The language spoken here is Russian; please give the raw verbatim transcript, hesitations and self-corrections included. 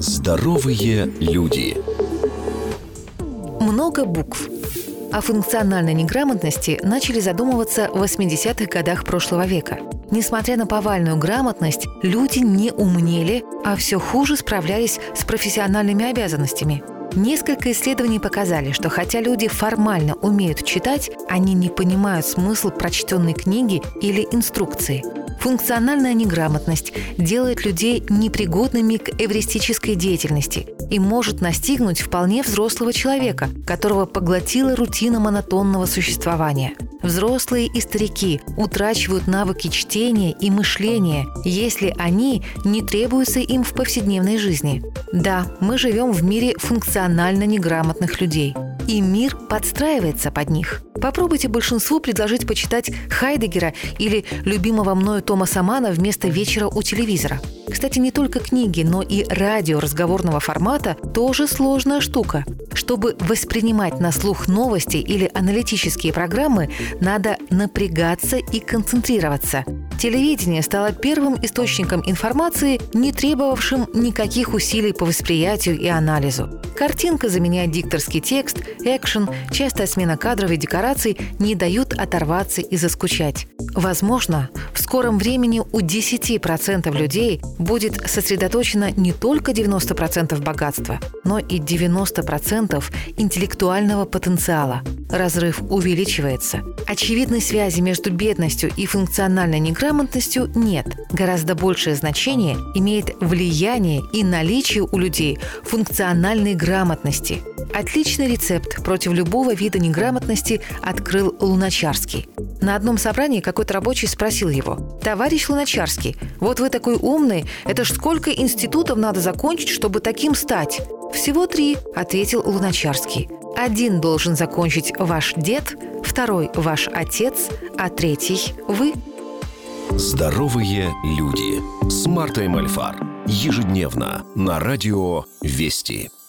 Здоровые люди. Много букв. О функциональной неграмотности начали задумываться в восьмидесятых годах прошлого века. Несмотря на повальную грамотность, люди не умнели, а все хуже справлялись с профессиональными обязанностями. Несколько исследований показали, что хотя люди формально умеют читать, они не понимают смысл прочтенной книги или инструкции. Функциональная неграмотность делает людей непригодными к эвристической деятельности и может настигнуть вполне взрослого человека, которого поглотила рутина монотонного существования. Взрослые и старики утрачивают навыки чтения и мышления, если они не требуются им в повседневной жизни. Да, мы живем в мире функционально неграмотных людей, и мир подстраивается под них. Попробуйте большинству предложить почитать Хайдеггера или любимого мною Томаса Манна вместо вечера у телевизора. Кстати, не только книги, но и радио разговорного формата тоже сложная штука. Чтобы воспринимать на слух новости или аналитические программы, надо напрягаться и концентрироваться. Телевидение стало первым источником информации, не требовавшим никаких усилий по восприятию и анализу. Картинка заменяет дикторский текст, экшен, частая смена кадров и декораций не дают оторваться и заскучать. Возможно, в скором времени у десяти процентов людей будет сосредоточено не только девяносто процентов богатства, но и девяносто процентов интеллектуального потенциала. Разрыв увеличивается. Очевидной связи между бедностью и функциональной неграмотностью нет. Гораздо большее значение имеет влияние и наличие у людей функциональной грамотности. Отличный рецепт против любого вида неграмотности открыл Луначарский. На одном собрании какой-то рабочий спросил его: «Товарищ Луначарский, вот вы такой умный, это ж сколько институтов надо закончить, чтобы таким стать?» «Всего три», — ответил Луначарский. «Один должен закончить ваш дед, второй — ваш отец, а третий — вы». Здоровые люди с Мартой Мальфар. Ежедневно на радио Вести.